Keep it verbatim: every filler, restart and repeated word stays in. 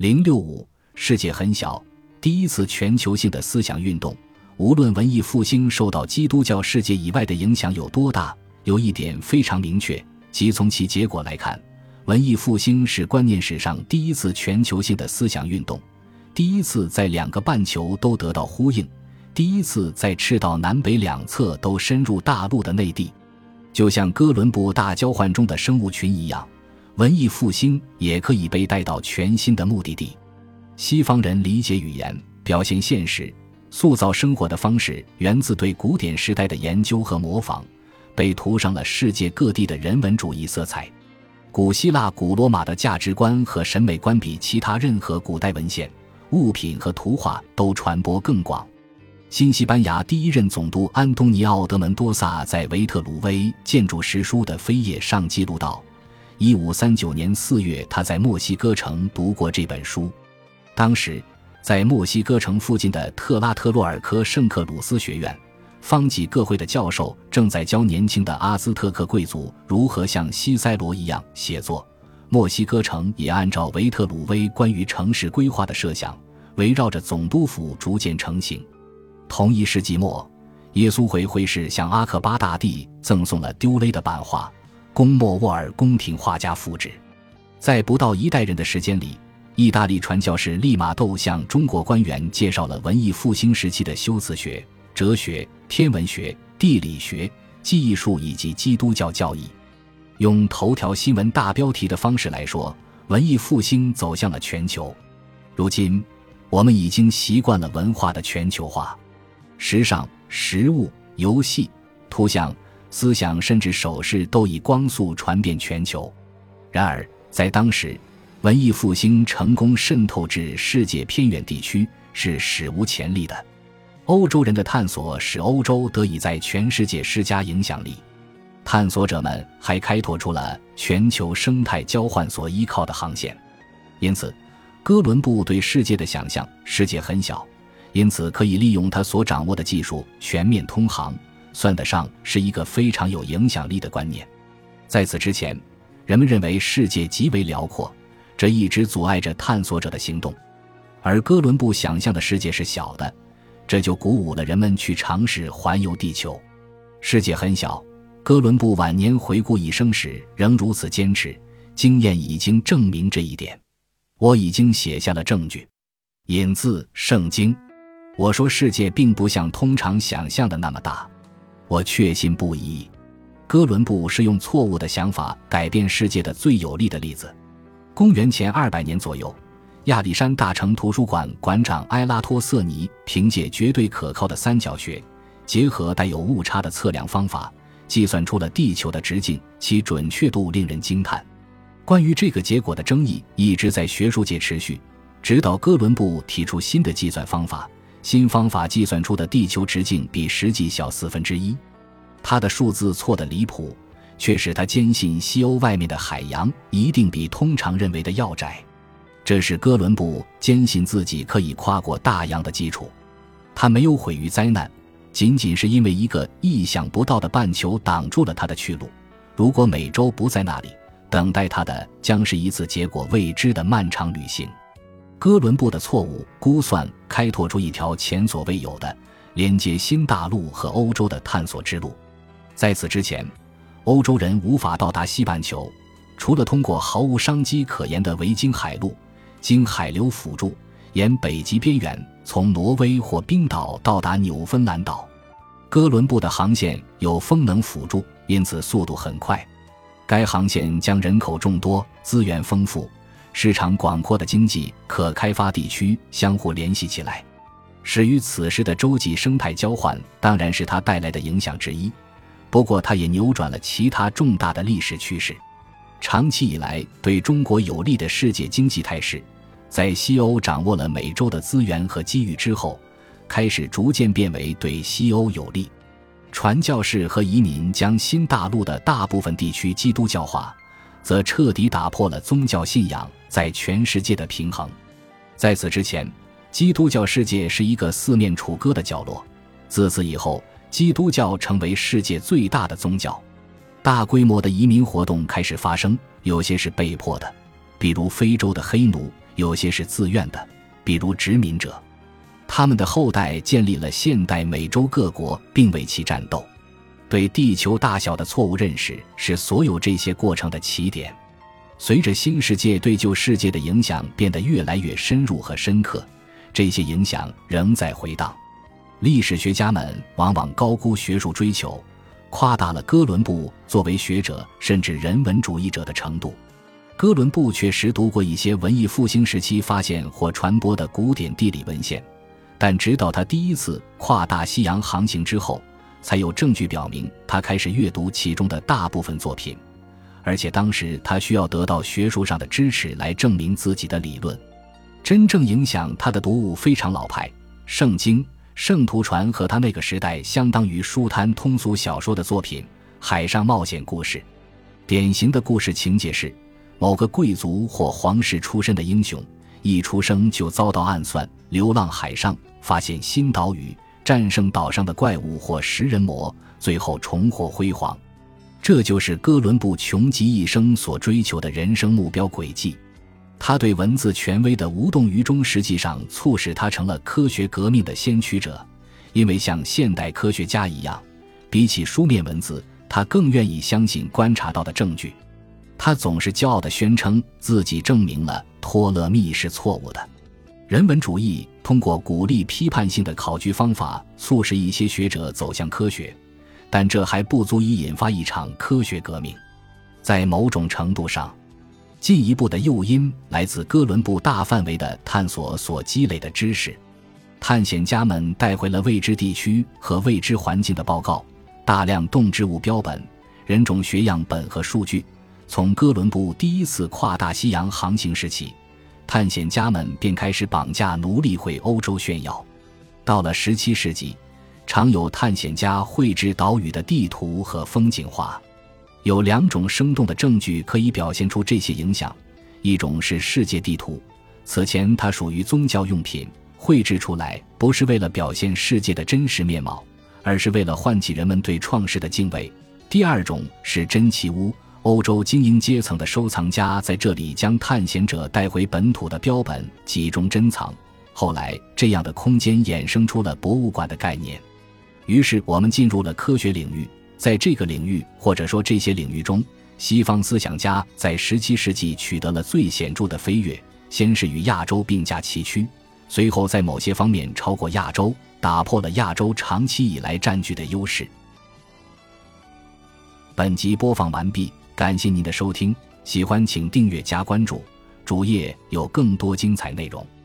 零六五世界很小，第一次全球性的思想运动。无论文艺复兴受到基督教世界以外的影响有多大，有一点非常明确，即从其结果来看，文艺复兴是观念史上第一次全球性的思想运动，第一次在两个半球都得到呼应，第一次在赤道南北两侧都深入大陆的内地。就像哥伦布大交换中的生物群一样，文艺复兴也可以被带到全新的目的地。西方人理解语言，表现现实，塑造生活的方式源自对古典时代的研究和模仿，被涂上了世界各地的人文主义色彩。古希腊古罗马的价值观和审美观比其他任何古代文献、物品和图画都传播更广。新西班牙第一任总督安东尼奥·德门多萨在维特鲁威建筑实书的扉页上记录道，一五三九年四月他在墨西哥城读过这本书。当时在墨西哥城附近的特拉特洛尔科圣克鲁斯学院，方济各会的教授正在教年轻的阿兹特克贵族如何像西塞罗一样写作。墨西哥城也按照维特鲁威关于城市规划的设想，围绕着总督府逐渐成型。同一世纪末，耶稣会会士向阿克巴大帝赠送了丢勒的版画，供莫沃尔宫廷画家复制。在不到一代人的时间里，意大利传教士利玛窦向中国官员介绍了文艺复兴时期的修辞学、哲学、天文学、地理学、技艺术以及基督教教义。用头条新闻大标题的方式来说，文艺复兴走向了全球。如今，我们已经习惯了文化的全球化，时尚、食物、游戏、图像、思想甚至首饰都以光速传遍全球。然而，在当时，文艺复兴成功渗透至世界偏远地区是史无前例的。欧洲人的探索使欧洲得以在全世界施加影响力。探索者们还开拓出了全球生态交换所依靠的航线。因此，哥伦布对世界的想象，世界很小，因此可以利用他所掌握的技术全面通航，算得上是一个非常有影响力的观念。在此之前，人们认为世界极为辽阔，这一直阻碍着探索者的行动。而哥伦布想象的世界是小的，这就鼓舞了人们去尝试环游地球。世界很小，哥伦布晚年回顾一生时仍如此坚持，经验已经证明这一点。我已经写下了证据。引自圣经。我说世界并不像通常想象的那么大，我确信不疑。哥伦布是用错误的想法改变世界的最有力的例子。公元前二百年左右，亚历山大城图书馆馆长埃拉托瑟尼凭借绝对可靠的三角学，结合带有误差的测量方法，计算出了地球的直径，其准确度令人惊叹。关于这个结果的争议一直在学术界持续，直到哥伦布提出新的计算方法，新方法计算出的地球直径比实际小四分之一。他的数字错得离谱，却使他坚信西欧外面的海洋一定比通常认为的要窄。这是哥伦布坚信自己可以跨过大洋的基础。他没有毁于灾难，仅仅是因为一个意想不到的半球挡住了他的去路。如果美洲不在那里，等待他的将是一次结果未知的漫长旅行。哥伦布的错误估算开拓出一条前所未有的连接新大陆和欧洲的探索之路。在此之前，欧洲人无法到达西半球，除了通过毫无商机可言的维京海路，经海流辅助，沿北极边缘从挪威或冰岛到达纽芬兰岛。哥伦布的航线有风能辅助，因此速度很快。该航线将人口众多、资源丰富、市场广阔的经济可开发地区相互联系起来。始于此时的洲际生态交换当然是它带来的影响之一，不过它也扭转了其他重大的历史趋势。长期以来对中国有利的世界经济态势，在西欧掌握了美洲的资源和机遇之后，开始逐渐变为对西欧有利。传教士和移民将新大陆的大部分地区基督教化，则彻底打破了宗教信仰在全世界的平衡。在此之前，基督教世界是一个四面楚歌的角落，自此以后，基督教成为世界最大的宗教。大规模的移民活动开始发生，有些是被迫的，比如非洲的黑奴， 有些是自愿的，比如殖民者。他们的后代建立了现代美洲各国，并为其战斗。对地球大小的错误认识是所有这些过程的起点。随着新世界对旧世界的影响变得越来越深入和深刻，这些影响仍在回荡。历史学家们往往高估学术追求，夸大了哥伦布作为学者甚至人文主义者的程度。哥伦布确实读过一些文艺复兴时期发现或传播的古典地理文献，但直到他第一次跨大西洋航行之后，才有证据表明他开始阅读其中的大部分作品，而且当时他需要得到学术上的支持来证明自己的理论。真正影响他的读物非常老派，圣经、圣徒传和他那个时代相当于书摊通俗小说的作品《海上冒险故事》。典型的故事情节是，某个贵族或皇室出身的英雄，一出生就遭到暗算，流浪海上，发现新岛屿，战胜岛上的怪物或食人魔，最后重获辉煌。这就是哥伦布穷极一生所追求的人生目标轨迹。他对文字权威的无动于衷，实际上促使他成了科学革命的先驱者，因为像现代科学家一样，比起书面文字，他更愿意相信观察到的证据。他总是骄傲地宣称自己证明了托勒密是错误的。人文主义通过鼓励批判性的考据方法，促使一些学者走向科学，但这还不足以引发一场科学革命。在某种程度上，进一步的诱因来自哥伦布大范围的探索所积累的知识。探险家们带回了未知地区和未知环境的报告，大量动植物标本、人种学样本和数据。从哥伦布第一次跨大西洋航行时起，探险家们便开始绑架奴隶回欧洲炫耀。到了十七世纪，常有探险家绘制岛屿的地图和风景画。有两种生动的证据可以表现出这些影响，一种是世界地图，此前它属于宗教用品，绘制出来不是为了表现世界的真实面貌，而是为了唤起人们对创世的敬畏。第二种是珍奇屋，欧洲精英阶层的收藏家在这里将探险者带回本土的标本集中珍藏，后来这样的空间衍生出了博物馆的概念。于是我们进入了科学领域，在这个领域或者说这些领域中，西方思想家在十七世纪取得了最显著的飞跃，先是与亚洲并驾齐驱，随后在某些方面超过亚洲，打破了亚洲长期以来占据的优势。本集播放完毕，感谢您的收听，喜欢请订阅加关注，主页有更多精彩内容。